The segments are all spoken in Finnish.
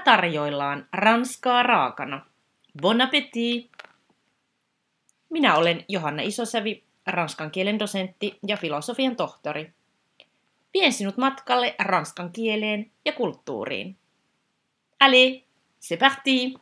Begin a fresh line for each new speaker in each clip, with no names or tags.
tarjoillaan ranskaa raakana. Bon appétit! Minä olen Johanna Isosävi, ranskan kielen dosentti ja filosofian tohtori. Vien sinut matkalle ranskan kieleen ja kulttuuriin. Allez, c'est parti!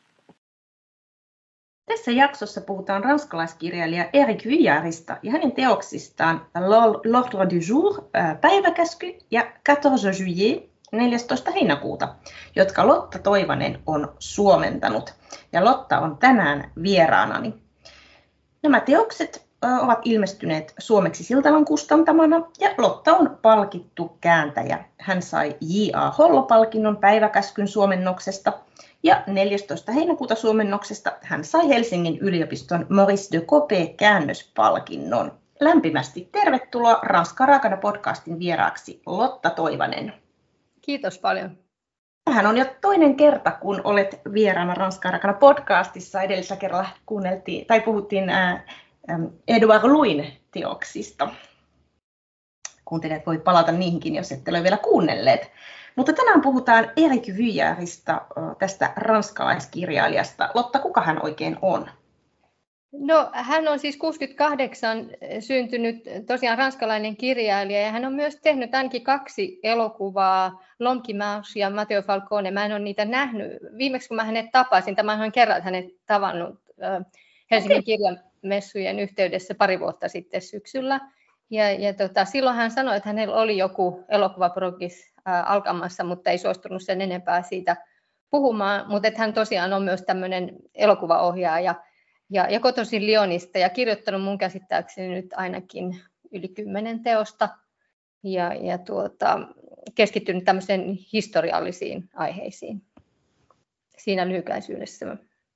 Tässä jaksossa puhutaan ranskalaiskirjailija Éric Vuillardista ja hänen teoksistaan L'Ordre du jour, päiväkäsky ja 14 juillet, 14. heinäkuuta, jotka Lotta Toivanen on suomentanut. Ja Lotta on tänään vieraanani. Nämä teokset ovat ilmestyneet suomeksi Siltalan kustantamana ja Lotta on palkittu kääntäjä. Hän sai J.A. Hollo-palkinnon päiväkäskyn suomennoksesta ja 14. heinäkuuta suomennoksesta hän sai Helsingin yliopiston Maurice de Coppée käännöspalkinnon. Lämpimästi tervetuloa Ranskan raakana podcastin vieraaksi Lotta Toivanen.
Kiitos paljon.
Tämähän on jo toinen kerta, kun olet vieraana Ranskan raakana podcastissa. Edellisellä kerralla puhuttiin Edouard Louin teoksista. Kuuntelijat voi palata niihinkin, jos ette ole vielä kuunnelleet. Mutta tänään puhutaan Éric Vuillardista, tästä ranskalaiskirjailijasta. Lotta, kuka hän oikein on?
No, hän on siis 68 syntynyt tosiaan ranskalainen kirjailija ja hän on myös tehnyt ainakin 2 elokuvaa, L'Homme qui marche ja Matteo Falcone. Mä en ole niitä nähnyt. Viimeksi kun mä hänet tapasin, mä olen kerran hänet tavannut Helsingin kirjamessujen yhteydessä pari vuotta sitten syksyllä. Silloin hän sanoi, että hänellä oli joku elokuvaprogis alkamassa, mutta ei suostunut sen enempää siitä puhumaan. Mutta että hän tosiaan on myös tämmöinen elokuvaohjaaja ja kotoisin Lyonista ja kirjoittanut mun käsittääkseni nyt ainakin yli 10 teosta ja keskittynyt tämmöisiin historiallisiin aiheisiin siinä lyhykäisyydessä.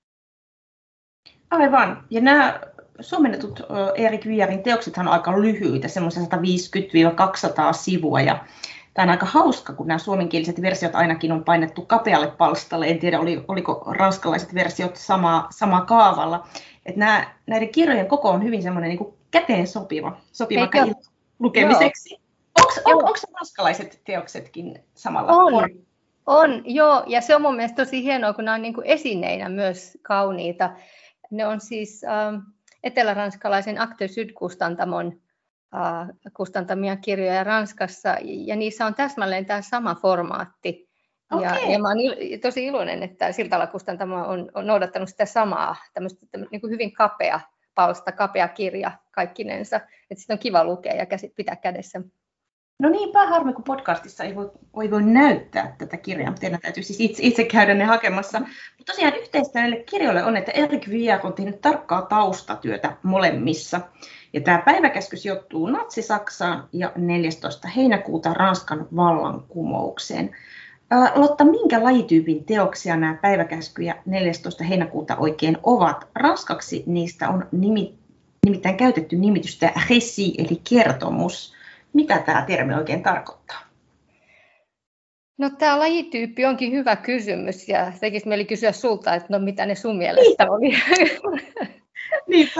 Aivan. Ja nämä suomennetut Éric Vuillardin teoksethan on aika lyhyitä, semmoisia 150-200 sivua. Ja tämä on aika hauska, kun nämä suomenkieliset versiot ainakin on painettu kapealle palstalle. En tiedä, oliko ranskalaiset versiot samaa kaavalla. Että näiden kirjojen koko on hyvin semmoinen niin kuin käteen sopiva lukemiseksi. Onko ranskalaiset teoksetkin samalla?
On, joo. Ja se on mun mielestä tosi hienoa, kun nämä on niin kuin esineinä myös kauniita. Ne on siis eteläranskalaisen Actes Sud-kustantamon kustantamia kirjoja Ranskassa, ja niissä on täsmälleen tämä sama formaatti. Okay. Ja mä olen tosi iloinen, että Siltalan kustantamo on noudattanut sitä samaa, tämmöistä niin kuin hyvin kapea palsta, kapea kirja kaikkinensa, että sitä on kiva lukea ja pitää kädessä.
No niinpä harmi, kun podcastissa ei voi näyttää tätä kirjaa, mutta teidän täytyy siis itse käydä ne hakemassa. Mutta tosiaan yhteistä näille kirjoille on, että Éric Vuillard on tehnyt tarkkaa taustatyötä molemmissa. Ja tämä päiväkäsky sijoittuu Natsi-Saksaan ja 14. heinäkuuta Ranskan vallankumoukseen. Lotta, minkä lajityypin teoksia nämä päiväkäsky ja 14. heinäkuuta oikein ovat? Ranskaksi niistä on nimittäin käytetty nimitystä récit eli kertomus. Mitä tämä termi oikein tarkoittaa?
No tämä lajityyppi onkin hyvä kysymys ja tekisi mieli kysyä sulta, että no mitä ne sun mielestä oli?
Niinpä.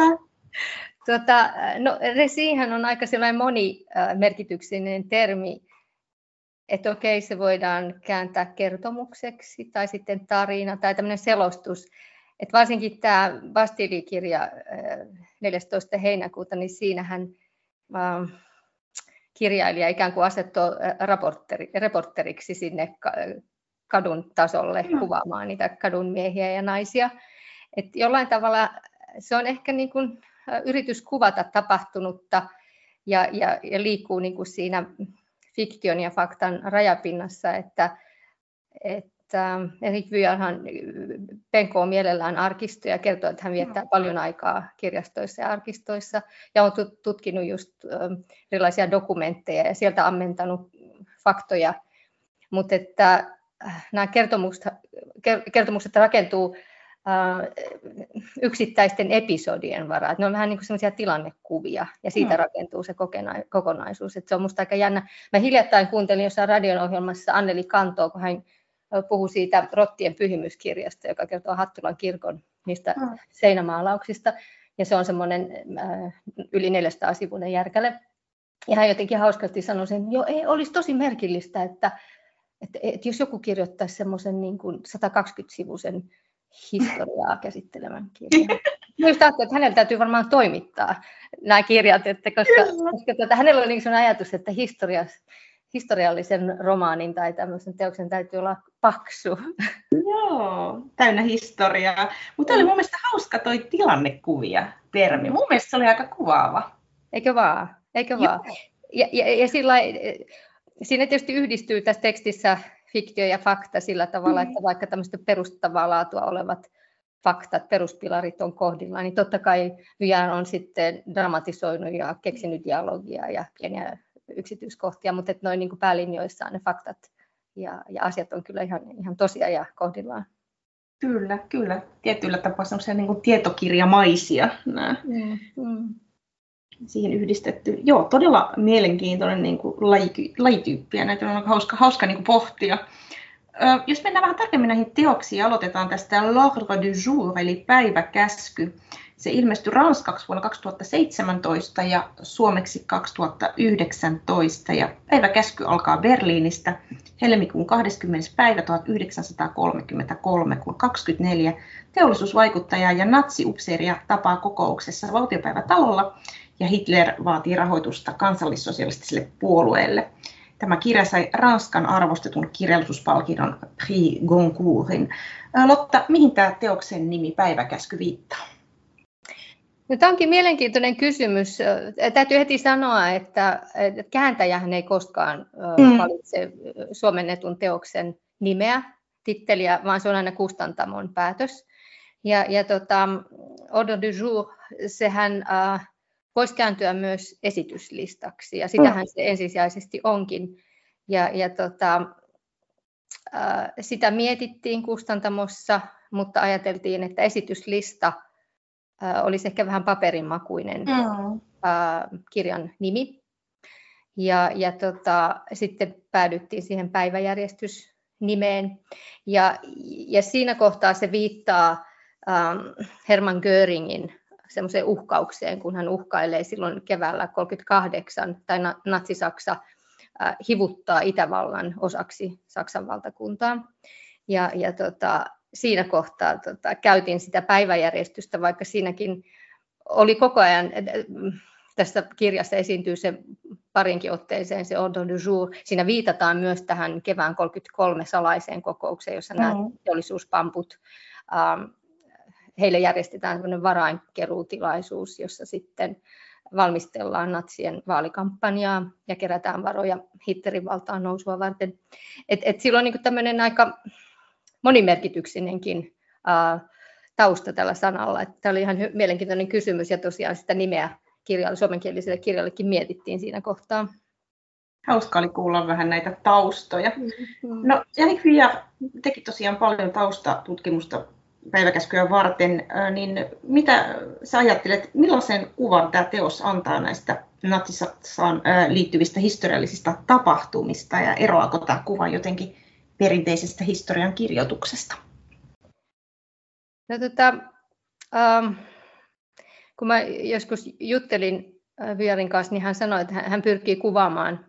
No récithän on aika sellainen monimerkityksinen termi, että okei, se voidaan kääntää kertomukseksi tai sitten tarina tai tämmöinen selostus. Että varsinkin tämä Bastille-kirja 14. heinäkuuta, niin siinähän kirjailija ikään kuin asettui reporteriksi sinne kadun tasolle kuvaamaan niitä kadun miehiä ja naisia. Et jollain tavalla se on ehkä niin kuin yritys kuvata tapahtunutta ja liikkuu niin kuin siinä fiktion ja faktan rajapinnassa, että Éric Vuillardhan penkoo mielellään arkistoja ja kertoo, että hän viettää paljon aikaa kirjastoissa ja arkistoissa ja on tutkinut just erilaisia dokumentteja ja sieltä ammentanut faktoja, mutta että nämä kertomukset rakentuu yksittäisten episodien varaan. Ne on vähän niin kuin sellaisia tilannekuvia ja siitä rakentuu se kokonaisuus. Että se on musta aika jännä. Mä hiljattain kuuntelin jossain radion ohjelmassa Anneli Kantoa, kun hän puhui siitä Rottien pyhimyskirjasta, joka kertoo Hattulan kirkon niistä seinämaalauksista. Ja se on semmoinen yli 400 sivuinen järkäle. Ja hän jotenkin hauskasti sanoi sen, että joo, olisi tosi merkillistä, että että jos joku kirjoittaisi semmoisen niin kuin 120-sivuisen historiaa käsittelevän kirjan. Minusta ajattelin, että hänellä täytyy varmaan toimittaa nämä kirjat, että koska hänellä on niin sellainen ajatus, että historiallisen romaanin tai tämmöisen teoksen täytyy olla paksu.
Joo, täynnä historiaa. Mutta oli mun mielestä hauska toi tilannekuvia-termi. Mun mielestä se oli aika kuvaava.
Eikö vaan? Ja siinä tietysti yhdistyy tässä tekstissä fiktio ja fakta sillä tavalla, että vaikka tämmöistä perustavaa laatua olevat faktat, peruspilarit on kohdillaan, niin totta kai Vuillard on sitten dramatisoinut ja keksinyt dialogia ja pieniä yksityiskohtia, mutta noin niin kuin päälinjoissaan ne faktat ja asiat on kyllä ihan tosia ja kohdillaan.
Kyllä. Tietyllä tapaa semmoisia niin kuin tietokirjamaisia nämä. Siihen yhdistetty. Joo, todella mielenkiintoinen niin kuin lajityyppi ja näitä on hauska niin kuin pohtia. Jos mennään vähän tarkemmin näihin teoksiin, aloitetaan tästä L'Ordre du jour, eli päiväkäsky. Se ilmestyi ranskaksi vuonna 2017 ja suomeksi 2019. Ja päiväkäsky alkaa Berliinistä helmikuun 20. päivä 1933, kun 24 teollisuusvaikuttajaa ja natsiupseeria tapaa kokouksessa valtiopäivätalolla ja Hitler vaatii rahoitusta kansallissosialistiselle puolueelle. Tämä kirja sai Ranskan arvostetun kirjallisuuspalkinnon Prix Goncourtin. Lotta, mihin tämä teoksen nimi Päiväkäsky viittaa?
No, tämä onkin mielenkiintoinen kysymys. Täytyy heti sanoa, että kääntäjähän ei koskaan valitse suomennetun teoksen nimeä, titteliä, vaan se on aina kustantamon päätös. Ordre du jour, sehän voisi kääntyä myös esityslistaksi, ja sitähän se ensisijaisesti onkin. Sitä mietittiin kustantamossa, mutta ajateltiin, että esityslista olisi ehkä vähän paperinmakuinen kirjan nimi. Sitten päädyttiin siihen päiväjärjestysnimeen. Ja siinä kohtaa se viittaa Hermann Göringin semmoiseen uhkaukseen, kun hän uhkailee silloin keväällä 1938, tai Natsi-Saksa hivuttaa Itävallan osaksi Saksan valtakuntaa. Siinä kohtaa käytin sitä päiväjärjestystä, vaikka siinäkin oli koko ajan, tässä kirjassa esiintyy se parinkin otteeseen se Ordre du jour. Siinä viitataan myös tähän kevään 1933 salaiseen kokoukseen, jossa nämä teollisuuspamput, heille järjestetään sellainen varainkeruutilaisuus, jossa sitten valmistellaan natsien vaalikampanjaa ja kerätään varoja Hitlerin valtaan nousua varten. Sillä on niin tämmöinen aika monimerkityksinenkin tausta tällä sanalla. Tämä oli ihan mielenkiintoinen kysymys ja tosiaan sitä nimeä suomenkieliselle kirjallekin mietittiin siinä kohtaa.
Hauska oli kuulla vähän näitä taustoja. No, Yannick Vuillard teki tosiaan paljon taustatutkimusta päiväkäskyä varten, niin mitä sä ajattelet, millaisen kuvan tämä teos antaa näistä Natsi-Saksaan liittyvistä historiallisista tapahtumista ja eroaako tämä kuva jotenkin perinteisestä historian kirjoituksesta?
No, kun mä joskus juttelin Vuillardin kanssa, niin hän sanoi, että hän pyrkii kuvaamaan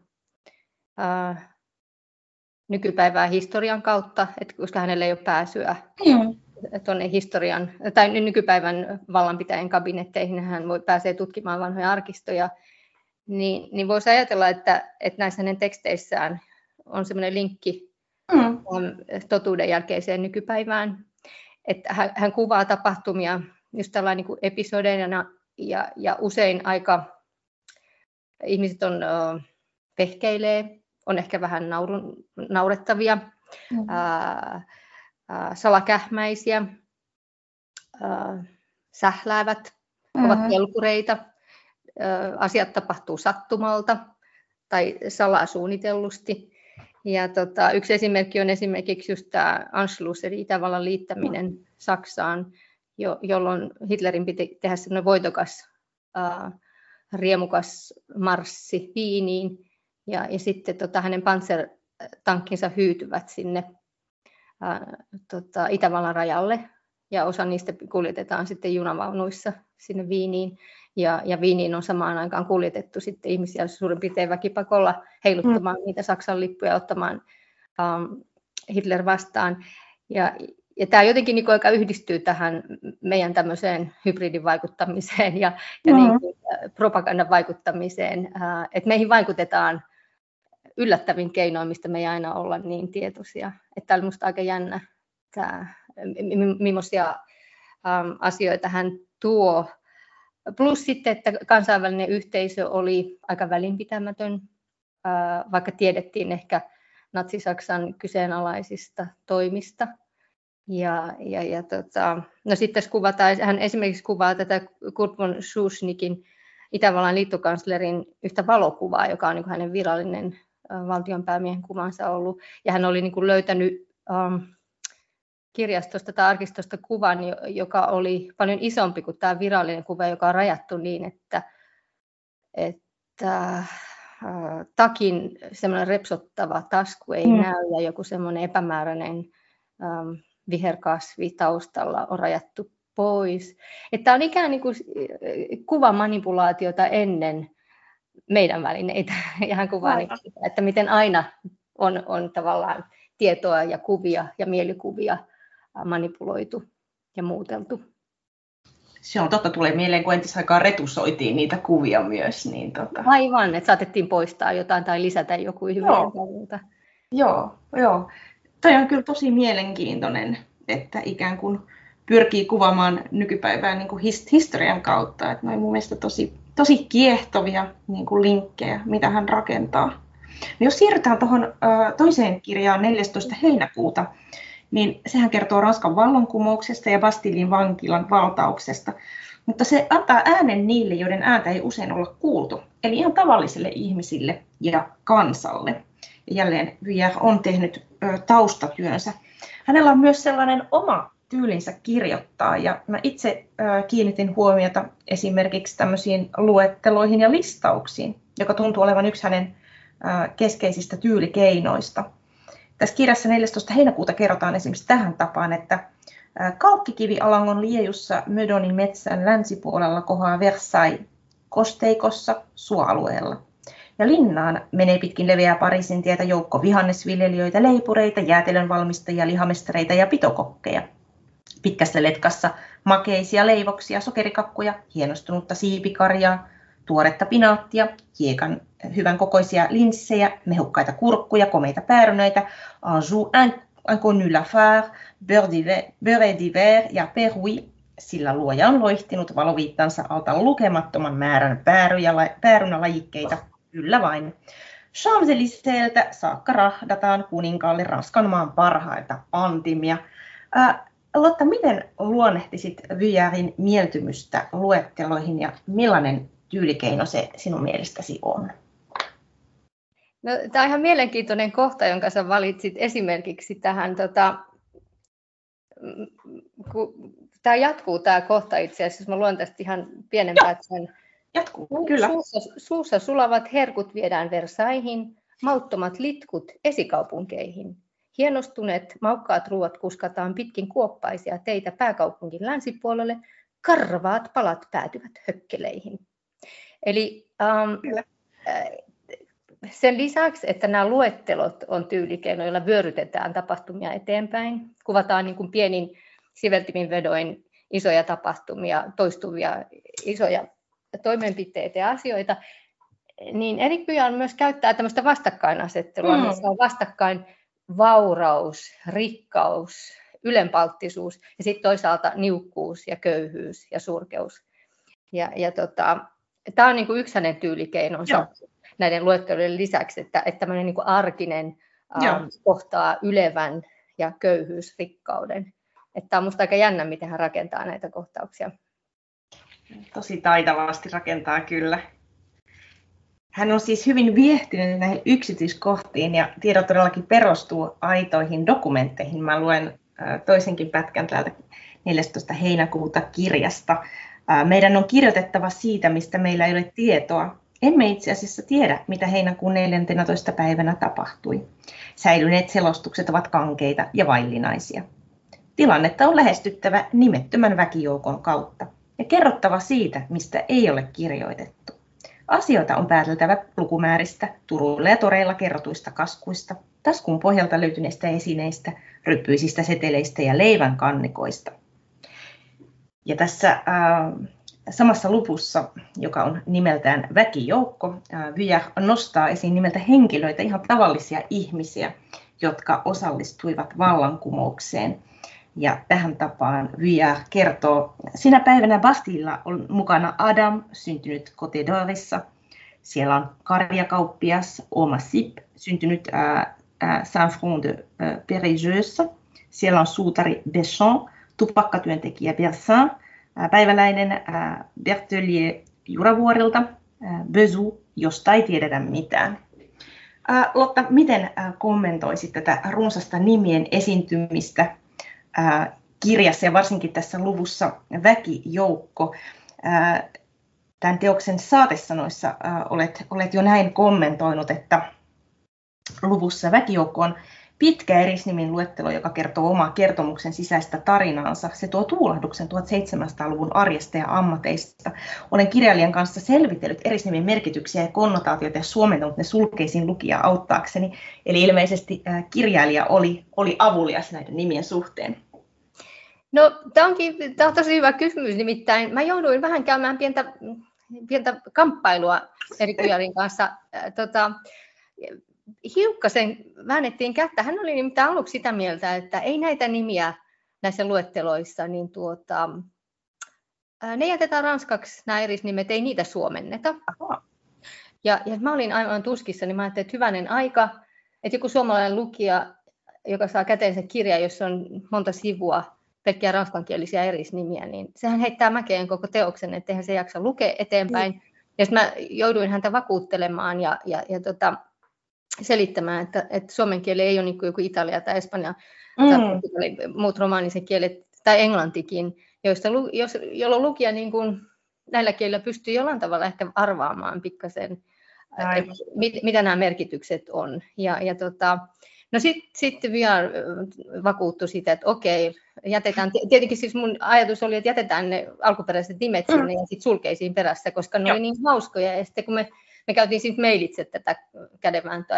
nykypäivää historian kautta, että koska hänellä ei ole pääsyä tuonne historian tai nykypäivän vallanpitäjän kabinetteihin, hän pääsee tutkimaan vanhoja arkistoja, niin voisi ajatella, että näissä hänen teksteissään on semmoinen linkki totuuden jälkeiseen nykypäivään, että hän kuvaa tapahtumia just tällainen niin kuin episodeina ja usein aika ihmiset vehkeilee, on ehkä vähän naurettavia, salakähmäisiä, sähläävät, ovat pelkureita, asiat tapahtuu sattumalta tai salasuunnitellusti. Ja yksi esimerkki on esimerkiksi just tämä Anschluss, eli Itävallan liittäminen Saksaan, jolloin Hitlerin piti tehdä sellainen voitokas, riemukas marssi Viiniin, ja sitten hänen panzertankkinsa hyytyvät sinne Itävallan rajalle, ja osa niistä kuljetetaan sitten junavaunuissa sinne Viiniin, ja Viiniin on samaan aikaan kuljetettu sitten ihmisiä suurin piirtein väkipakolla heiluttamaan niitä Saksan lippuja, ottamaan Hitler vastaan. Ja tämä jotenkin niin aika yhdistyy tähän meidän tämmöiseen hybridivaikuttamiseen ja niin kuin propagandan vaikuttamiseen, että meihin vaikutetaan yllättävin keinoin, mistä me ei aina olla niin tietoisia. Että tämä oli minusta aika jännä, millaisia asioita hän tuo. Plus sitten, että kansainvälinen yhteisö oli aika välinpitämätön, vaikka tiedettiin ehkä Natsi-Saksan kyseenalaisista toimista. No sitten tässä kuvataan, hän esimerkiksi kuvaa tätä Kurt von Schuschniggin, Itävallan liittokanslerin yhtä valokuvaa, joka on niin kuin hänen virallinen valtionpäämiehen kuvansa ollut. Ja hän oli niin kuin löytänyt kirjastosta tai arkistosta kuvan, joka oli paljon isompi kuin tämä virallinen kuva, joka on rajattu niin, että takin semmoinen repsottava tasku ei näy ja joku semmoinen epämääräinen viherkasvi taustalla on rajattu pois. Tämä on ikään niin kuin kuvamanipulaatiota ennen meidän välineitä. Ja hän kuvaa, että miten aina on tavallaan tietoa ja kuvia ja mielikuvia manipuloitu ja muuteltu.
Se on totta, tulee mieleen, kun entisaikaan retusoitiin niitä kuvia myös. Niin
Aivan, että saatettiin poistaa jotain tai lisätä joku hyvä.
Joo. Toi on kyllä tosi mielenkiintoinen, että ikään kuin pyrkii kuvaamaan nykypäivää niin kuin historian kautta. Että ne on mun mielestä tosi kiehtovia niin kuin linkkejä, mitä hän rakentaa. No jos siirrytään tuohon toiseen kirjaan 14. heinäkuuta, niin sehän kertoo Ranskan vallankumouksesta ja Bastillin vankilan valtauksesta. Mutta se antaa äänen niille, joiden ääntä ei usein olla kuultu, eli ihan tavallisille ihmisille ja kansalle. Ja jälleen Vuillard on tehnyt taustatyönsä. Hänellä on myös sellainen oma tyylinsä kirjoittaa, ja mä itse kiinnitin huomiota esimerkiksi tämmöisiin luetteloihin ja listauksiin, joka tuntuu olevan yksi hänen keskeisistä tyylikeinoista. Tässä kirjassa 14. heinäkuuta kerrotaan esimerkiksi tähän tapaan, että kalkkikivialangon liejussa Meudonin metsän länsipuolella kohoaa Versailles kosteikossa suoalueella. Ja linnaan menee pitkin leveää Pariisin tietä joukko vihannesviljelijöitä, leipureita, jäätelön valmistajia, lihamestareita ja pitokokkeja. Pitkässä letkassa makeisia leivoksia, sokerikakkuja, hienostunutta siipikarjaa, tuoretta pinaattia, hiekan hyvän kokoisia linssejä, mehukkaita kurkkuja, komeita päärynöitä, anjou inconnu Lafare, beurre d'hiver ja perui, sillä luoja on loihtinut valoviittansa alta lukemattoman määrän päärynälajikkeita, kyllä vain. Champs-Élyséeltä saakka rahdataan kuninkaalle Ranskan maan parhaita antimia. Lotta, miten luonnehtisit Vuillardin mieltymystä luetteloihin ja millainen tyylikeino se sinun mielestäsi on?
No, tämä on ihan mielenkiintoinen kohta, jonka sä valitsit esimerkiksi tähän. Tämä jatkuu tämä kohta itse asiassa, jos mä luen tästä ihan pienen pätkän.
Jatkuu, kyllä.
Suussa sulavat herkut viedään Versaillesin, mauttomat litkut esikaupunkeihin. Hienostuneet maukkaat ruuat kuskataan pitkin kuoppaisia teitä pääkaupungin länsipuolelle, karvaat palat päätyvät hökkeleihin. Eli sen lisäksi, että nämä luettelot on tyylikeino, joilla vyörytetään tapahtumia eteenpäin, kuvataan niin kuin pienin siveltimin vedoin isoja tapahtumia, toistuvia isoja toimenpiteitä ja asioita, niin Éric Vuillard myös käyttää tämmöistä vastakkainasettelua, missä on vastakkain vauraus, rikkaus, ylenpalttisuus ja sitten toisaalta niukkuus ja köyhyys ja surkeus. Tämä on niin kuin yksi hänen tyylikeinonsa näiden luettelujen lisäksi, että tämmöinen niin kuin arkinen kohtaa ylevän ja köyhyysrikkauden. Tämä on minusta aika jännä, miten hän rakentaa näitä kohtauksia.
Tosi taitavasti rakentaa kyllä. Hän on siis hyvin viehtynyt näihin yksityiskohtiin ja tiedot todellakin perustuu aitoihin dokumentteihin. Mä luen toisenkin pätkän täältä 14. heinäkuuta kirjasta. Meidän on kirjoitettava siitä, mistä meillä ei ole tietoa. Emme itse asiassa tiedä, mitä heinäkuun 14. päivänä tapahtui. Säilyneet selostukset ovat kankeita ja vaillinaisia. Tilannetta on lähestyttävä nimettömän väkijoukon kautta ja kerrottava siitä, mistä ei ole kirjoitettu. Asioita on pääteltävä lukumääristä, turuilla ja toreilla kerrotuista kaskuista, taskun pohjalta löytyneistä esineistä, ryppyisistä seteleistä ja leivän kannikoista. Ja tässä samassa luvussa, joka on nimeltään Väkijoukko, Vuillard nostaa esiin nimeltä henkilöitä, ihan tavallisia ihmisiä, jotka osallistuivat vallankumoukseen. Ja tähän tapaan Vuillard kertoo, sinä päivänä Bastilla on mukana Adam, syntynyt Côte d'Orissa. Siellä on karjakauppias Oma Sip, syntynyt Saint-Front-de-Pérégeuse. Siellä on suutari Deschamps, tupakkatyöntekijä Bersin, päiväläinen Berthelier Juravuorilta, Bezout, josta ei tiedetä mitään. Lotta, miten kommentoisit tätä runsasta nimien esiintymistä kirjassa ja varsinkin tässä luvussa Väkijoukko? Tämän teoksen saatesanoissa olet jo näin kommentoinut, että luvussa Väkijoukko on pitkä erisnimin luettelo, joka kertoo omaa kertomuksen sisäistä tarinaansa. Se tuo tuulahduksen 1700-luvun arjesta ja ammateista. Olen kirjailijan kanssa selvitellyt erisnimin merkityksiä ja konnotaatioita ja suomentanut ne sulkeisiin lukijaa auttaakseni. Eli ilmeisesti kirjailija oli avulias näiden nimien suhteen.
No, tämä on tosi hyvä kysymys, nimittäin mä jouduin vähän käymään pientä kamppailua eri kirjailijan kanssa. Hiukkasen väännettiin kättä. Hän oli nimittäin aluksi sitä mieltä, että ei näitä nimiä näissä luetteloissa, niin ne jätetään ranskaksi, nämä erisnimet, ei niitä suomenneta. Ja mä olin aivan tuskissa, niin mä ajattelin, että hyvänen aika, että joku suomalainen lukija, joka saa käteensä kirja, jossa on monta sivua, pelkkiä ranskankielisiä erisnimiä, niin sehän heittää mäkeen koko teoksen, etteihän se jaksa lukea eteenpäin. Ja sitten mä jouduin häntä vakuuttelemaan ja selittämään, että suomen kieli ei ole niin kuin joku Italia tai Espanja tai muut romaaniset kielet tai englantikin, jolloin lukija niin kuin näillä kielillä pystyy jollain tavalla ehkä arvaamaan pikkasen, mitä nämä merkitykset on. No sitten Vuillard vakuuttui siitä, että okei, jätetään, tietenkin siis mun ajatus oli, että jätetään ne alkuperäiset nimet sinne ja sitten sulkeisiin perässä, koska ne oli niin hauskoja, ja sitten kun me käytiin siitä mailitse tätä kädenvääntöä,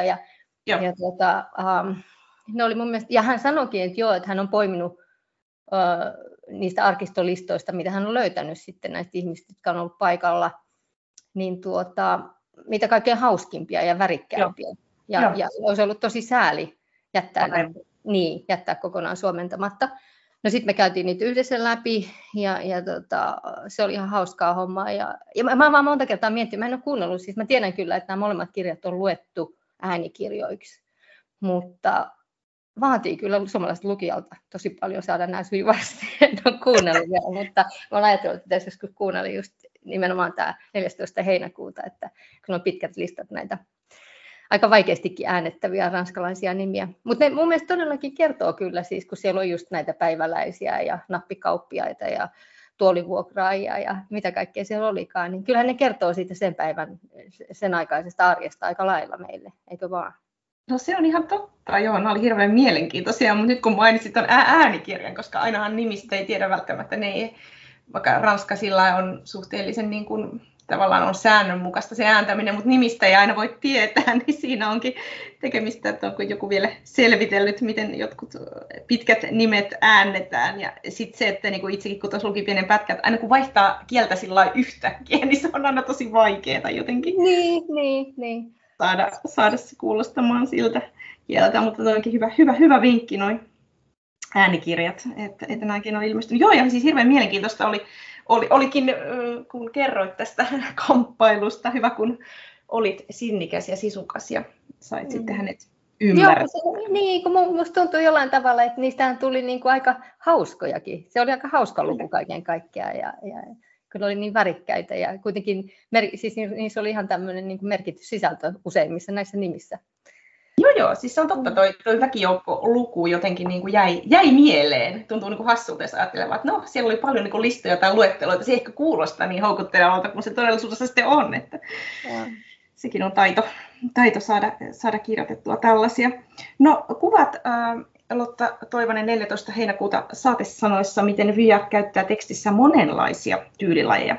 ne oli mun mielestä, ja hän sanoikin, että hän on poiminut niistä arkistolistoista, mitä hän on löytänyt sitten näistä ihmistä, jotka on ollut paikalla, niin mitä kaikkein hauskimpia ja värikkäimpiä. Ja olisi ollut tosi sääli jättää kokonaan suomentamatta. No sitten me käytiin niitä yhdessä läpi ja se oli ihan hauskaa hommaa. Ja mä vaan monta kertaa miettinyt, mä en ole kuunnellut, siis mä tiedän kyllä, että nämä molemmat kirjat on luettu äänikirjoiksi, mutta vaatii kyllä suomalaiset lukijalta tosi paljon saada nämä sujuvasti. En ole kuunnellut vielä, mutta mä olen ajatellut, että pitäisi joskus kuunnella just nimenomaan tämä 14. heinäkuuta, että kun on pitkät listat näitä aika vaikeastikin äännettäviä ranskalaisia nimiä. Mutta ne mun mielestä todellakin kertoo kyllä, siis, kun siellä on just näitä päiväläisiä ja nappikauppiaita ja tuolivuokraajia ja mitä kaikkea siellä olikaan, niin kyllähän ne kertoo siitä sen päivän, sen aikaisesta arjesta aika lailla meille, eikö vaan?
No se on ihan totta, joo, ne oli hirveän mielenkiintoisia, mutta nyt kun mainitsit tuon äänikirjan, koska ainahan nimistä ei tiedä välttämättä, vaikka ranskasilla on suhteellisen niin kuin, tavallaan on säännönmukaista se ääntäminen, mutta nimistä ei aina voi tietää, niin siinä onkin tekemistä, että onko joku vielä selvitellyt, miten jotkut pitkät nimet äännetään. Ja sitten se, että niin kuin itsekin kun tuossa luki pienen pätkän, että aina kun vaihtaa kieltä sillä yhtäkkiä, niin se on aina tosi vaikeaa jotenkin
Niin.
Saada se kuulostamaan siltä kieltä, mutta se onkin hyvä vinkki noi äänikirjat, että nämäkin on ilmestynyt. Joo, ja siis hirveän mielenkiintoista olikin, kun kerroit tästä kamppailusta, hyvä kun olit sinnikäs ja sisukas ja sait sitten hänet ymmärtää.
Joo, niin, kun musta tuntui jollain tavalla, että niistähän tuli niin kuin aika hauskojakin. Se oli aika hauska luku kaiken kaikkiaan ja kyllä oli niin värikkäitä ja kuitenkin siis niissä oli ihan tämmöinen niin kuin merkityssisältö useimmissa näissä nimissä.
Joo, siis se on totta, toi Väkijoukko-luku jotenkin niin kuin jäi mieleen. Tuntuu niin kuin hassulta, jos ajatteleva, että no, siellä oli paljon niin kuin listoja tai luetteloita, se ehkä kuulostaa niin houkuttelevalta, kun se todellisuudessa sitten on. Että sekin on taito saada kirjoitettua tällaisia. No, kuvat Lotta Toivonen 14. heinäkuuta saatesanoissa, miten Vuillard käyttää tekstissä monenlaisia tyylilajeja.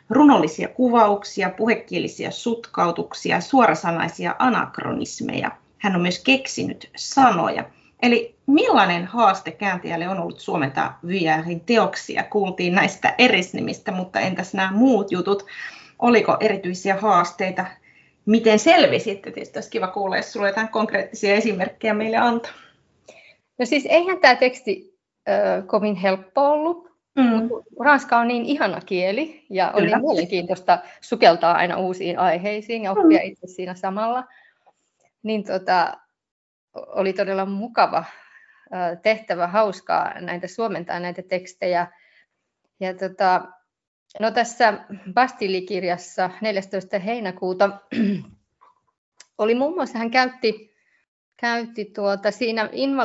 Runollisia kuvauksia, puhekielisiä sutkautuksia, suorasanaisia anakronismeja, hän on myös keksinyt sanoja. Eli millainen haaste kääntäjälle on ollut suomentaa Vuillardin teoksia? Kuultiin näistä erisnimistä, mutta entäs nämä muut jutut? Oliko erityisiä haasteita? Miten selvisitte? Tietysti olisi kiva kuulla, jos sinulla jotain konkreettisia esimerkkejä meille antaa.
No siis eihän tämä teksti kovin helppo ollut. Ranska on niin ihana kieli ja oli mielenkiintoista sukeltaa aina uusiin aiheisiin ja oppia itse siinä samalla. Niin oli todella mukava tehtävä, hauskaa suomentaa näitä tekstejä. Ja no tässä Bastille-kirjassa 14. heinäkuuta oli muun muassa, hän käytti siinä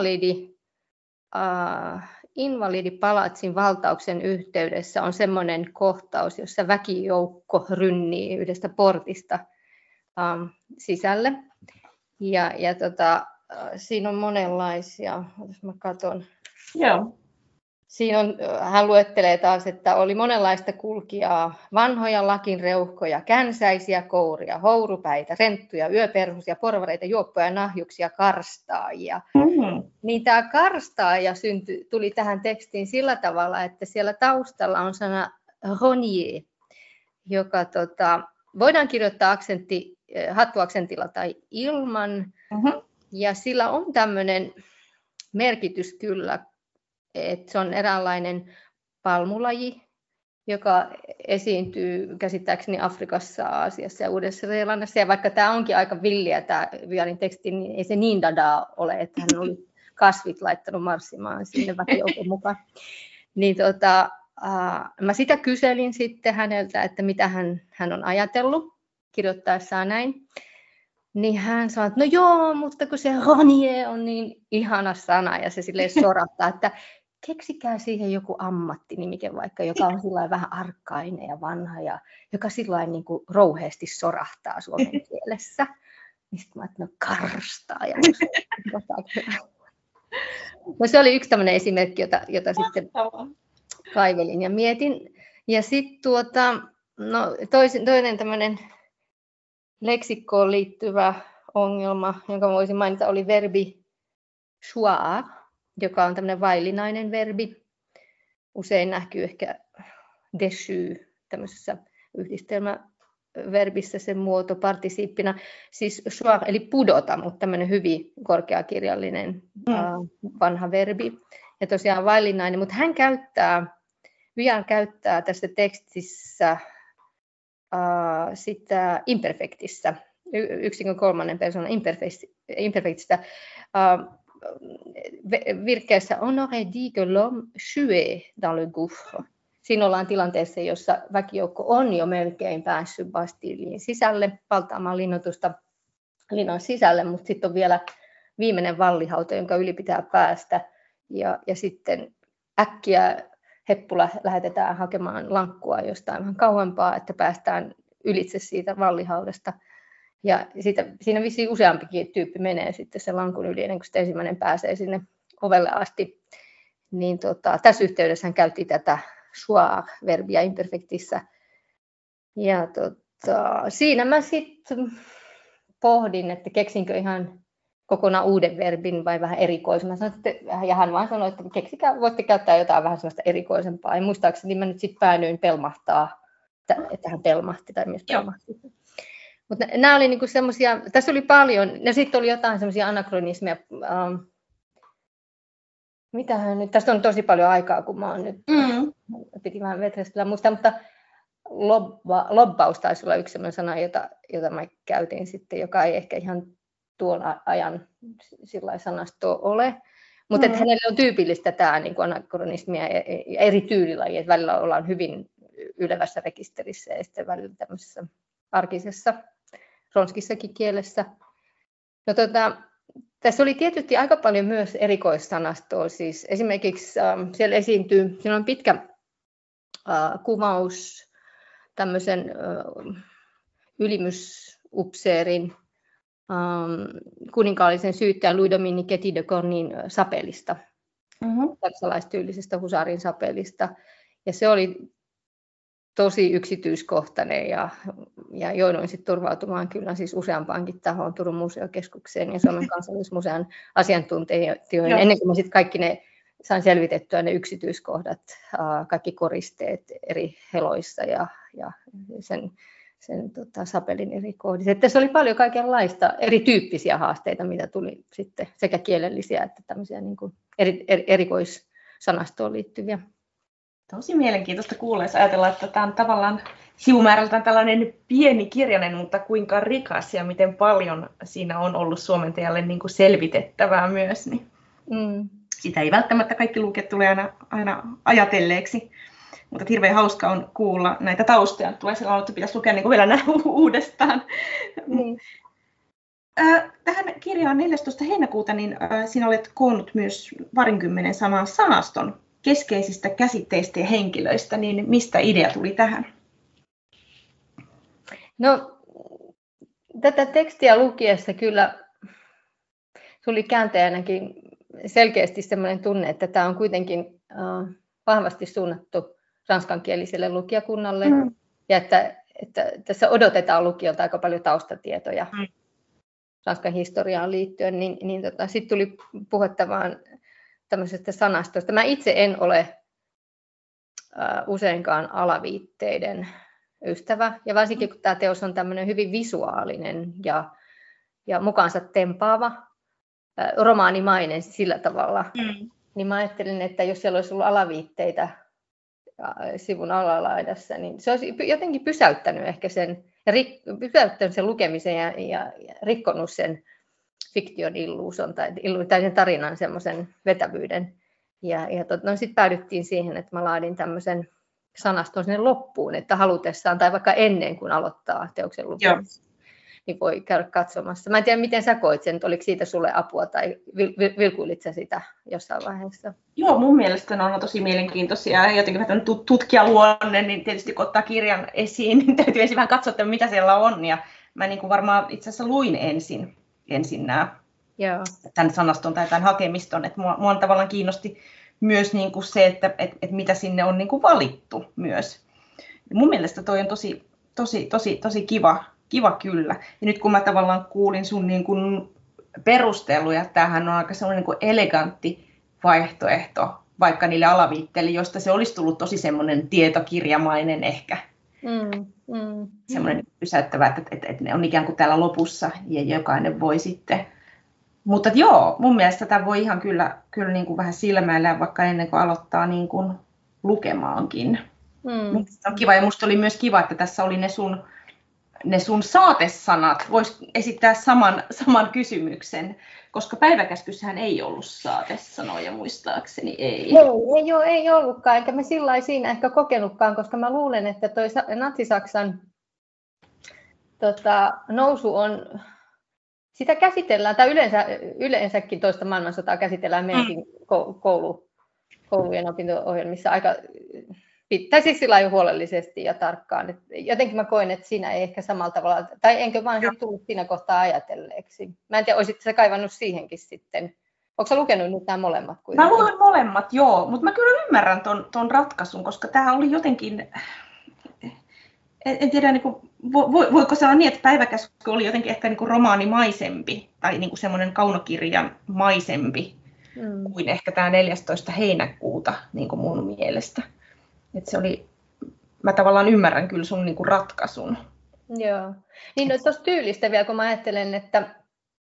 Invalidipalatsin valtauksen yhteydessä on semmoinen kohtaus, jossa väkijoukko rynnii yhdestä portista sisälle. Ja siinä on monenlaisia, jos mä katson.
Joo.
Siinä hän luettelee taas, että oli monenlaista kulkijaa, vanhoja lakinreuhkoja, känsäisiä kouria, hourupäitä, renttuja, yöperhosia, porvareita, juoppoja, nahjuksia, karstaajia. Niin tämä karstaaja tuli tähän tekstiin sillä tavalla, että siellä taustalla on sana rognier, joka voidaan kirjoittaa hattuaksentilla tai ilman. Ja sillä on tämmöinen merkitys kyllä, että se on eräänlainen palmulaji, joka esiintyy käsittääkseni Afrikassa, Aasiassa ja Uudessa-Seelannassa. Ja vaikka tämä onkin aika villiä tämä Vuillardin teksti, niin ei se niin dadaa ole, että hän oli kasvit laittanut marssimaan sinne väkijoukon mukaan. Niin mä sitä kyselin sitten häneltä, että mitä hän on ajatellut kirjoittaessaan näin. Niin hän sanoi, että no joo, mutta kun se rognier on niin ihana sana ja se silleen sorahtaa, että keksikää siihen joku ammattinimike vaikka, joka on sillain vähän arkkainen ja vanha ja joka sillain niin kuin rouheasti sorahtaa suomen kielessä. Niin sitten mä ajattelin, no karstaa. Ja no se oli yksi tämmöinen esimerkki, jota sitten kaivelin ja mietin. Ja sitten toinen tämmöinen leksikkoon liittyvä ongelma, jonka voisin mainita, oli verbi choir, joka on tämmöinen vaillinainen verbi. Usein näkyy ehkä déchu tämmöisessä yhdistelmäverbissä sen muoto partisiippina. Siis choir eli pudota, mutta tämmöinen hyvin korkeakirjallinen vanha verbi. Ja tosiaan vaillinainen, mutta Vuillard käyttää tässä tekstissä sitä imperfektissä, yksikön kolmannen persoonan imperfektistä virkkeessä on aurait dit que l'homme chuait dans le gouffre. Siinä ollaan tilanteessa, jossa väkijoukko on jo melkein päässyt Bastilliin sisälle, valtaamaan linnoitusta linnan sisälle, mutta sitten on vielä viimeinen vallihauta, jonka yli pitää päästä. Ja sitten äkkiä heppula lähetetään hakemaan lankkua jostain vähän kauempaa, että päästään ylitse siitä vallihaudasta. Ja siinä vissiin useampikin tyyppi menee sitten sen lankun yli, ennen kuin sitten ensimmäinen pääsee sinne ovelle asti. Niin tässä yhteydessä hän käytti tätä choir-verbiä imperfektissä. Ja siinä mä sitten pohdin, että keksinkö ihan kokonaan uuden verbin vai vähän erikoisemman. Ja hän vaan sanoi, että keksikää, voitte käyttää jotain vähän sellaista erikoisempaa. Ja muistaakseni mä nyt sitten päädyin pelmahtaa, että hän pelmahti tai mies pelmahti. Mutta nämä oli niinku semmoisia, tässä oli paljon, ja sitten oli jotain semmoisia anakronismeja. Mitähän nyt, tästä on tosi paljon aikaa, kun mä oon nyt, piti vähän vetrestellä muistaa, mutta lobbaus taisi olla yksi semmoinen sana, jota mä käytin sitten, joka ei ehkä ihan tuon ajan sillä sanastoa ole. Mutta hänelle on tyypillistä tämä niin anakronismia ja eri tyylilajia, että välillä ollaan hyvin ylevässä rekisterissä ja sitten välillä tämmöisessä arkisessa, ronskissakin kielessä. No, tässä oli tietysti aika paljon myös erikoissanastoa. Siis esimerkiksi siellä esiintyy, siinä on pitkä kuvaus tämmöisen ylimysupseerin kuninkaallisen syyttäjän Louis-Dominique Petit de Cornin sapelista, saksalaistyyllisestä husaarin sapelista. Ja se oli tosi yksityiskohtainen ja jouduin sitten turvautumaan kyllä siis useampaankin tahoon, Turun museokeskukseen ja Suomen kansallismuseon asiantuntijoihin, ennen kuin mä sitten kaikki ne sain selvitettyä ne yksityiskohdat, kaikki koristeet eri heloissa ja sen sapelin eri kohdissa. Tässä oli paljon kaikenlaista erityyppisiä haasteita, mitä tuli sitten sekä kielellisiä että tämmöisiä niin kuin erikoissanastoon liittyviä.
Tosi mielenkiintoista kuulla, jos ajatellaan, että tämä on tavallaan sivumäärältään tällainen pieni kirjanen, mutta kuinka rikas ja miten paljon siinä on ollut suomentajalle niin kuin selvitettävää myös. Niin sitä ei välttämättä kaikki lukijat tule aina ajatelleeksi, mutta hirveän hauska on kuulla näitä taustoja. Tulee sellainen, että pitäisi lukea niin kuin vielä uudestaan. Tähän kirjaan 14. heinäkuuta niin sinä olet koonnut myös 20 sanan sanaston keskeisistä käsitteistä ja henkilöistä, niin mistä idea tuli tähän?
No, tätä tekstiä lukiessa kyllä tuli kääntäjänäkin selkeästi sellainen tunne, että tämä on kuitenkin vahvasti suunnattu ranskankieliselle lukijakunnalle ja että tässä odotetaan lukijalta aika paljon taustatietoja Ranskan historiaan liittyen, niin sitten tuli puhetta vaan tämmöisestä sanastosta. Mä itse en ole useinkaan alaviitteiden ystävä, ja varsinkin kun tämä teos on tämmöinen hyvin visuaalinen ja mukaansa tempaava, romaanimainen sillä tavalla, niin mä ajattelin, että jos siellä olisi ollut alaviitteitä sivun alalaidassa, niin se olisi jotenkin pysäyttänyt ehkä sen lukemisen ja rikkonut sen fiktion illuusion tai sen tarinan semmoisen vetävyyden. No sitten päädyttiin siihen, että mä laadin tämmöisen sanaston sinne loppuun, että halutessaan tai vaikka ennen kuin aloittaa teoksen lukemista, niin voi käydä katsomassa. Mä en tiedä, miten sä koit sen, oliko siitä sulle apua tai vilkuilit sä sitä jossain vaiheessa?
Joo, mun mielestä ne on tosi mielenkiintoisia ja jotenkin vähän tutkijaluonne, niin tietysti kun ottaa kirjan esiin, niin täytyy ensin vähän katsoa, että mitä siellä on. Ja mä niin kuin varmaan itse asiassa luin ensin tämän sanaston tai tämän hakemiston, että mua tavallaan kiinnosti myös niin kuin se, että mitä sinne on niin kuin valittu myös. Ja mun mielestä toi on tosi kiva kyllä. Ja nyt kun mä tavallaan kuulin sun niin kuin perusteluja, että tämähän on aika sellainen niin kuin elegantti vaihtoehto vaikka niille alaviitteille, josta se olisi tullut tosi semmoinen tietokirjamainen ehkä. Semmoinen pysäyttävä, että ne on ikään kuin täällä lopussa ja jokainen voi sitten. Mutta joo, mun mielestä tämä voi ihan kyllä niin kuin vähän silmäillä vaikka ennen kuin aloittaa niin kuin lukemaankin. Se on kiva ja musta oli myös kiva, että tässä oli ne sun saatesanat. Voisi esittää saman kysymyksen, koska päiväkäskyssähän ei ollut saatesanoja muistaakseni.
Ei ollutkaan, enkä mä sillä lailla siinä ehkä kokenutkaan, koska mä luulen, että toi Natsi-Saksan nousu on, sitä käsitellään, tai yleensäkin toista maailmansotaa käsitellään meidänkin koulujen opinto-ohjelmissa aika, tai siis sillä lailla huolellisesti ja tarkkaan. Et jotenkin mä koen, että siinä ei ehkä samalla tavalla, tai enkö vaan tullut siinä kohtaa ajatelleeksi. Mä en tiedä, olisitko sä kaivannut siihenkin sitten. Onko sä lukenut nyt nämä molemmat kuitenkin?
Mä luin molemmat, joo, mutta mä kyllä ymmärrän ton ratkaisun, koska tämä oli jotenkin, en tiedä, niin kuin, voiko sanoa niin, että päiväkäsky oli jotenkin ehkä niin kuin romaanimaisempi tai niin kuin semmoinen kaunokirjan maisempi kuin ehkä tämä 14. heinäkuuta niin kuin mun mielestä. Että se oli, mä tavallaan ymmärrän kyllä sun niin kuin ratkaisun.
Joo. Niin no tuossa tyylistä vielä, kun mä ajattelen, että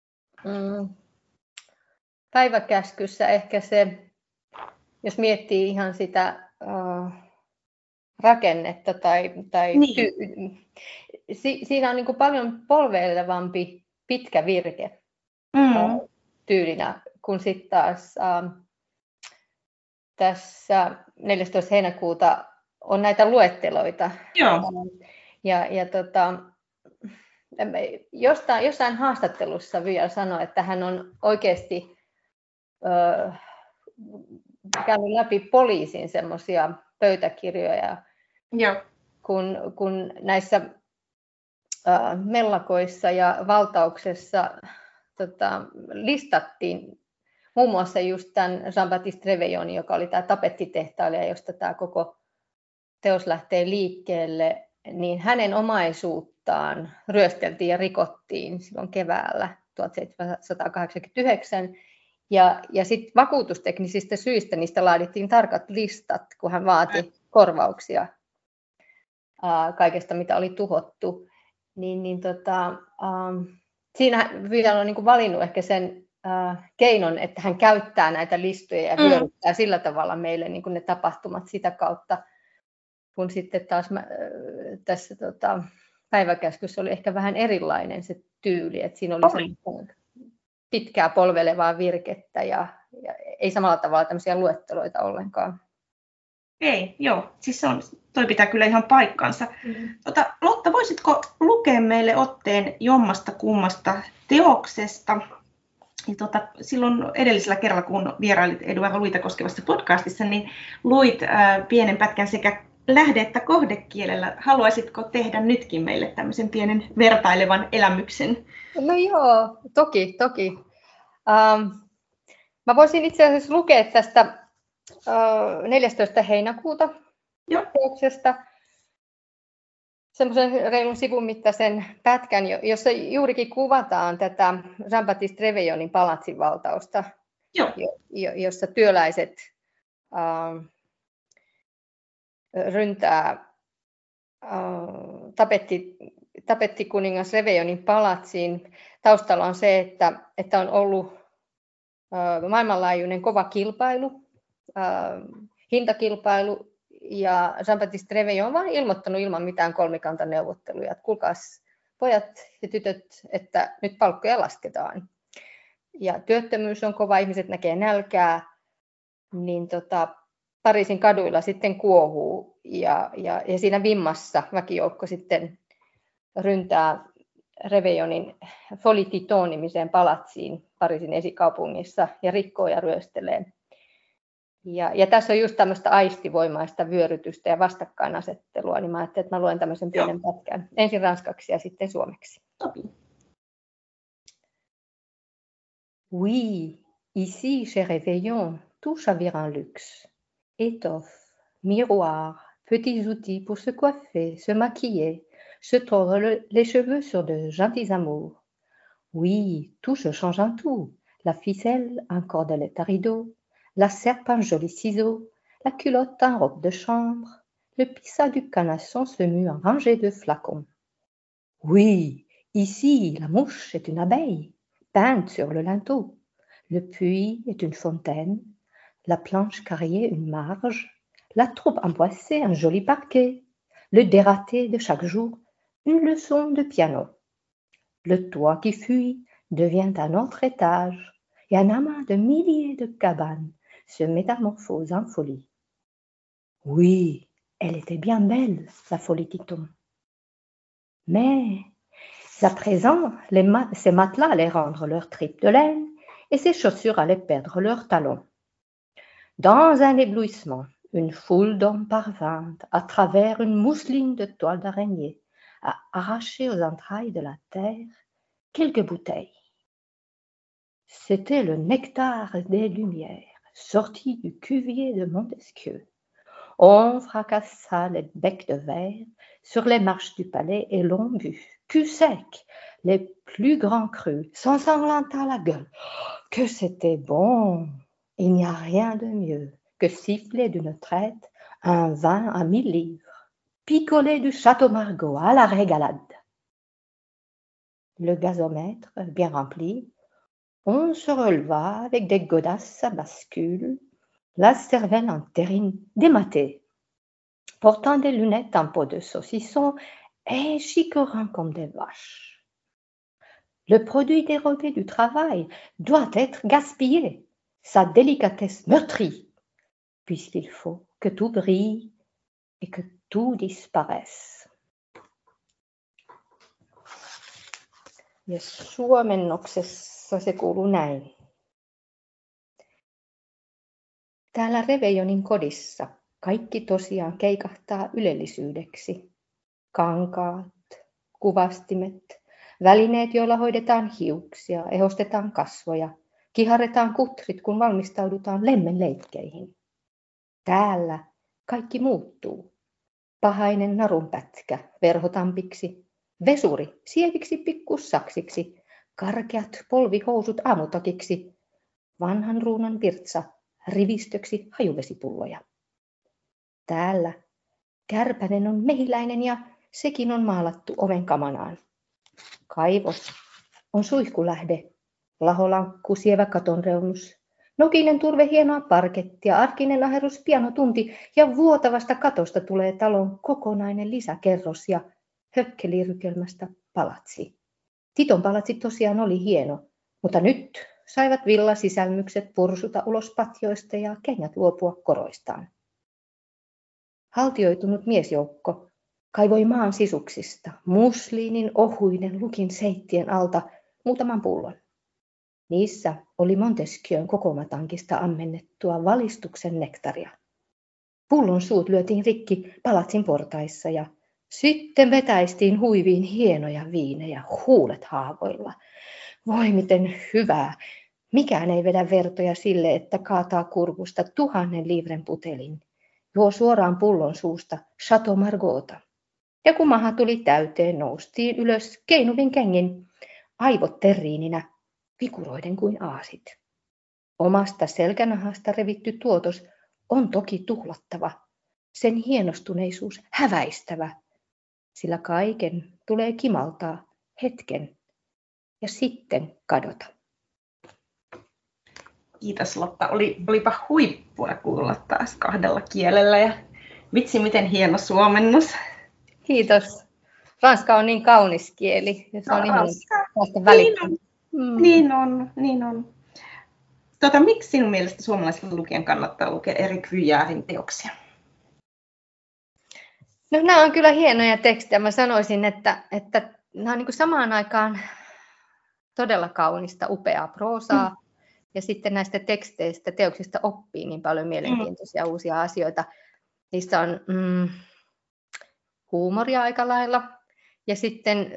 päiväkäskyssä ehkä se, jos miettii ihan sitä rakennetta tai niin. Siinä on niin kuin paljon polveilevampi pitkä virke tyylinä, kun sitten taas tässä 14. heinäkuuta on näitä luetteloita.
Joo.
Ja jossain haastattelussa vielä sanoi, että hän on oikeasti käynyt läpi poliisin semmoisia pöytäkirjoja, kun näissä mellakoissa ja valtauksessa listattiin muun muassa just tämän Jean-Baptiste Réveillon, joka oli tämä tapettitehtailija, josta tämä koko teos lähtee liikkeelle, niin hänen omaisuuttaan ryösteltiin ja rikottiin silloin keväällä 1789. Ja sitten vakuutusteknisistä syistä niistä laadittiin tarkat listat, kun hän vaati korvauksia kaikesta, mitä oli tuhottu. Siinä Vuillard on niin valinnut ehkä sen keinon, että hän käyttää näitä listoja ja vyöryttää sillä tavalla meille niin ne tapahtumat sitä kautta, kun sitten taas tässä päiväkäskyssä oli ehkä vähän erilainen se tyyli, että siinä oli pitkää polvelevaa virkettä ja ei samalla tavalla tämmöisiä luetteloita ollenkaan.
Ei, joo. Siis toi pitää kyllä ihan paikkansa. Lotta, voisitko lukea meille otteen jommasta kummasta teoksesta? Silloin edellisellä kerralla, kun vierailit Eduard Louita koskevassa podcastissa, niin luit pienen pätkän sekä lähde- että kohdekielellä. Haluaisitko tehdä nytkin meille tämmöisen pienen vertailevan elämyksen?
No joo, toki. Mä voisin itse asiassa lukea tästä 14. heinäkuuta teoksesta semmoisen reilun sivun mittaisen pätkän, jossa juurikin kuvataan tätä Jean-Baptiste Réveillonin palatsin valtausta, jossa työläiset ryntää tapetti kuningas Réveillonin palatsiin. Taustalla on se, että on ollut maailmanlaajuinen kova kilpailu, hintakilpailu, ja Jean-Baptiste Réveillon on vain ilmoittanut ilman mitään kolmikantaneuvotteluja, että kuulkaas pojat ja tytöt, että nyt palkkoja lasketaan. Ja työttömyys on kova, ihmiset näkee nälkää, niin Pariisin kaduilla sitten kuohuu ja siinä vimmassa väkijoukko sitten ryntää Réveillonin Folie Titon-nimiseen palatsiin Pariisin esikaupungissa ja rikkoo ja ryöstelee. Ja tässä on just tämmöistä aistivoimaista vyörytystä ja vastakkainasettelua, niin mä ajattelin, että mä luen tämmöisen pienen pätkän. Ensin ranskaksi ja sitten suomeksi. Oui, ici chez Réveillon, tout chavirant luxe. Étoffe, miroir, petits outils pour se coiffer, se maquiller, se tordre les cheveux sur de gentils amours. Oui, tout se change en tout. La ficelle en cordelette à rideau, la serpe en jolis ciseaux, la culotte en robe de chambre, le pissat du canasson se mue en rangée de flacons. Oui, ici la mouche est une abeille, peinte sur le linteau. Le puits est une fontaine, la planche carriée une marge, la troupe emboissée un joli parquet, le dératé de chaque jour une leçon de piano. Le toit qui fuit devient un autre étage, et un amas de milliers de cabanes se métamorphose en folie. Oui, elle était bien belle, la Folie Titon. Mais à présent, ses matelas allaient rendre leurs tripes de laine et ses chaussures allaient perdre leurs talons. Dans un éblouissement, une foule d'hommes parvint, à travers une mousseline de toile d'araignée, à arracher aux entrailles de la terre quelques bouteilles. C'était le nectar des lumières, sorti du cuvier de Montesquieu. On fracassa les becs de verre sur les marches du palais et l'on but, cul sec, les plus grands crus, s'ensanglanta la gueule. Que c'était bon! Il n'y a rien de mieux que siffler d'une traite un vin à 1000 livres, picoler du Château Margaux à la régalade. Le gazomètre bien rempli, on se releva avec des godasses à bascule, la cervelle en terrine dématée, portant des lunettes en peau de saucisson et chicorant comme des vaches. Le produit dérobé du travail doit être gaspillé, sa délicatesse meurtrie, puisqu'il faut que tout brille et que tout disparaisse. Ja suomennoksessa se kuuluu näin. Täällä Réveillonin kodissa kaikki tosiaan keikahtaa ylellisyydeksi. Kankaat, kuvastimet, välineet, joilla hoidetaan hiuksia, ehostetaan kasvoja, kiharretaan kutrit, kun valmistaudutaan lemmenleikkeihin. Täällä kaikki muuttuu. pahainen narunpätkä verhotampiksi, vesuri sieviksi pikkussaksiksi, karkeat polvihousut aamutakiksi, vanhan ruunan virtsa rivistöksi hajuvesipulloja. Täällä kärpänen on mehiläinen ja sekin on maalattu oven kamanaan. Kaivos on suihkulähde, laholankku sievä katonreunus, nokinen turve hienoa parkettia, arkinen aherus pianotunti ja vuotavasta katosta tulee talon kokonainen lisäkerros ja hökkelirykelmästä palatsi. Titon palatsi tosiaan oli hieno, mutta nyt saivat villasisälmykset pursuta ulos patjoista ja kengät luopua koroistaan. Haltioitunut miesjoukko kaivoi maan sisuksista musliinin ohuiden lukin seittien alta muutaman pullon. Niissä oli Montesquieun kokoomatankista ammennettua valistuksen nektaria. Pullon suut lyötiin rikki palatsin portaissa ja sitten vetäistiin huiviin hienoja viinejä huulet haavoilla. Voi miten hyvää! Mikään ei vedä vertoja sille, että kaataa kurkusta 1000 livren putelin. Juo suoraan pullon suusta Chateau Margota. Ja kun maha tuli täyteen, noustiin ylös keinuvin kengin, aivot terriininä, vikuroiden kuin aasit. Omasta selkänahasta revitty tuotos on toki tuhlattava, sen hienostuneisuus häväistävä, sillä kaiken tulee kimaltaa hetken ja sitten kadota.
Kiitos Lotta, olipa huippua kuulla taas 2 kielellä ja vitsi miten hieno suomennus.
Kiitos. Ranska on niin kaunis kieli ja se on ihan tästä välittämään.
Niin on. Miksi sinun mielestä suomalaisen lukijan kannattaa lukea Éric Vuillardin teoksia?
No, nämä on kyllä hienoja tekstejä. Mä sanoisin, että nämä on niin kuin samaan aikaan todella kaunista, upeaa proosaa. Ja sitten näistä teksteistä, teoksista oppii niin paljon mielenkiintoisia uusia asioita. Niissä on huumoria aika lailla ja sitten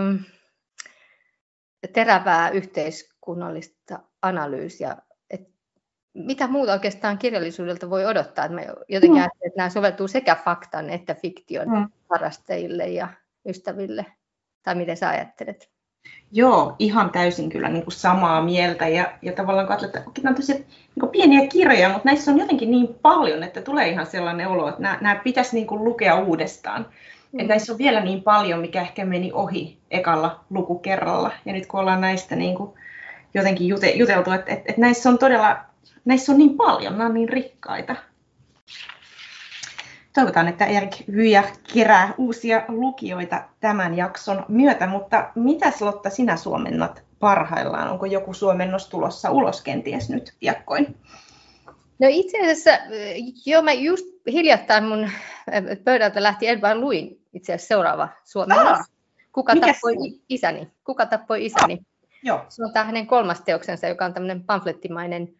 terävää yhteiskunnallista analyysiä. Mitä muuta oikeastaan kirjallisuudelta voi odottaa? Että mä jotenkin ajattelen, että nämä soveltuu sekä faktan että fiktion harrastajille ja ystäville. Tai miten sä ajattelet?
Joo, ihan täysin kyllä niin kuin samaa mieltä ja tavallaan kun ajattelet, että nämä on tosi niin pieniä kirjoja, mutta näissä on jotenkin niin paljon, että tulee ihan sellainen olo, että nämä pitäisi niin kuin lukea uudestaan. Että näissä on vielä niin paljon, mikä ehkä meni ohi ekalla lukukerralla. Ja nyt kun ollaan näistä niin kuin jotenkin juteltu, että näissä on todella, näissä on niin paljon, nämä on niin rikkaita. Toivotaan, että Éric Vuillard kerää uusia lukijoita tämän jakson myötä, mutta mitäs Lotta sinä suomennat parhaillaan? Onko joku suomennos tulossa ulos kenties nyt piakkoin?
No itse asiassa, mä just hiljattain mun pöydältä lähti Edvard Louin itse asiassa seuraava suomennos. Kuka tappoi isäni?
Joo.
Se on tämä hänen 3. teoksensa, joka on tämmöinen pamflettimainen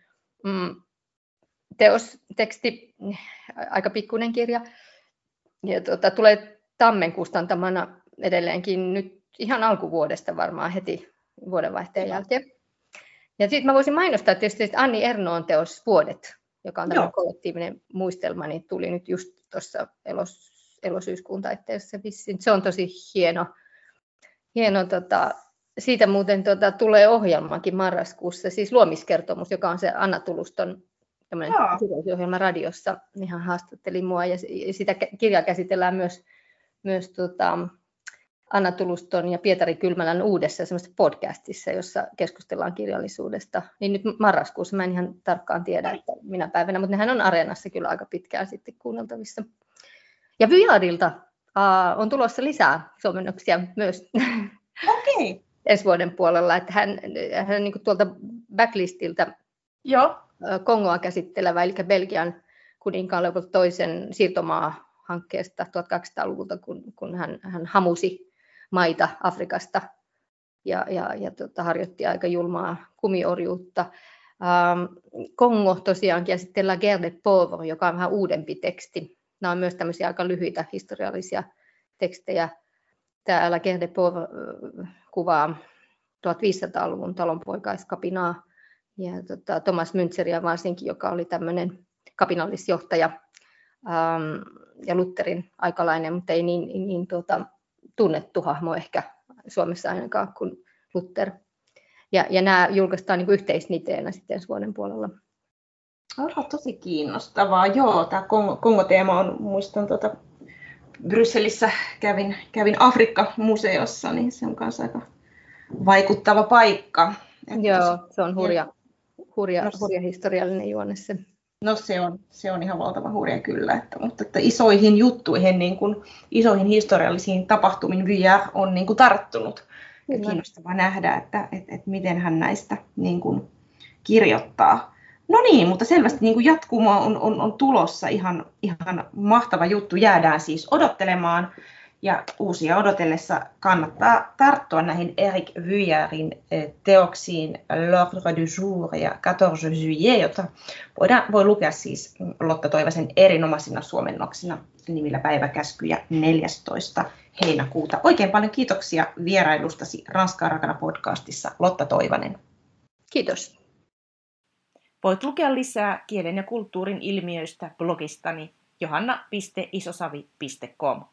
teksti, aika pikkuinen kirja. Ja tulee Tammen kustantamana edelleenkin nyt ihan alkuvuodesta varmaan heti vuodenvaihteen jälkeen. Ja sitten mä voisin mainostaa tietysti, että Annie Ernaux'n teos Vuodet, joka on tämmöinen kollektiivinen muistelma, niin tuli nyt just tuossa elosyyskuun taitteessa vissiin. Se on tosi hieno. Siitä muuten tulee ohjelmakin marraskuussa, siis luomiskertomus, joka on se Anna Tuluston ohjelma radiossa. Ihan haastatteli mua ja sitä kirjaa käsitellään myös Anna Tuluston ja Pietari Kylmälän uudessa podcastissa, jossa keskustellaan kirjallisuudesta. Niin nyt marraskuussa, mä en ihan tarkkaan tiedä, että minä päivänä, mutta nehän on Areenassa kyllä aika pitkään sitten kuunneltavissa. Ja Vuillardilta on tulossa lisää suomennoksia myös ensi vuoden puolella, että hän niin kuin tuolta backlistiltä Kongoa käsittelevä, eli Belgian kuninkaan Leopold II siirtomaa-hankkeesta 1200-luvulta, kun hän hamusi maita Afrikasta ja harjoitti aika julmaa kumiorjuutta. Kongo tosiaankin ja sitten La Guerre des Pauvres, joka on vähän uudempi teksti. Nämä on myös tämmöisiä aika lyhyitä historiallisia tekstejä. Tämä La Guerre des Pauvres kuvaa 1500-luvun talonpoikaiskapinaa ja Thomas Münzeria varsinkin, joka oli tämmöinen kapinallisjohtaja ja Lutherin aikalainen, mutta ei niin tunnettu hahmo ehkä Suomessa ainakaan kuin Luther. Ja nämä julkaistaan niin kuin yhteisniteenä sitten ensi vuoden puolella.
Tosi kiinnostavaa. Joo, tämä Kongo-teema on, muistan Brysselissä kävin Afrikka-museossa, niin se on myös aika vaikuttava paikka.
Joo, se on hurja historiallinen juonne se.
No se on ihan valtava hurja kyllä, mutta että isoihin juttuihin, niin kuin, isoihin historiallisiin tapahtumiin Vuillard on niin kuin tarttunut. Ja kiinnostavaa nähdä, että miten hän näistä niin kuin kirjoittaa. No niin, mutta selvästi niin kuin jatkumo on tulossa ihan mahtava juttu. Jäädään siis odottelemaan ja uusia odotellessa kannattaa tarttua näihin Éric Vuillardin teoksiin L'Ordre du Jour ja 14 Juillet, jota voi lukea siis Lotta Toivasen erinomaisina suomennoksina nimillä Päiväkäsky ja 14. heinäkuuta. Oikein paljon kiitoksia vierailustasi Ranskaa rakana podcastissa, Lotta Toivanen.
Kiitos.
Voit lukea lisää kielen ja kulttuurin ilmiöistä blogistani johanna.isosavi.com.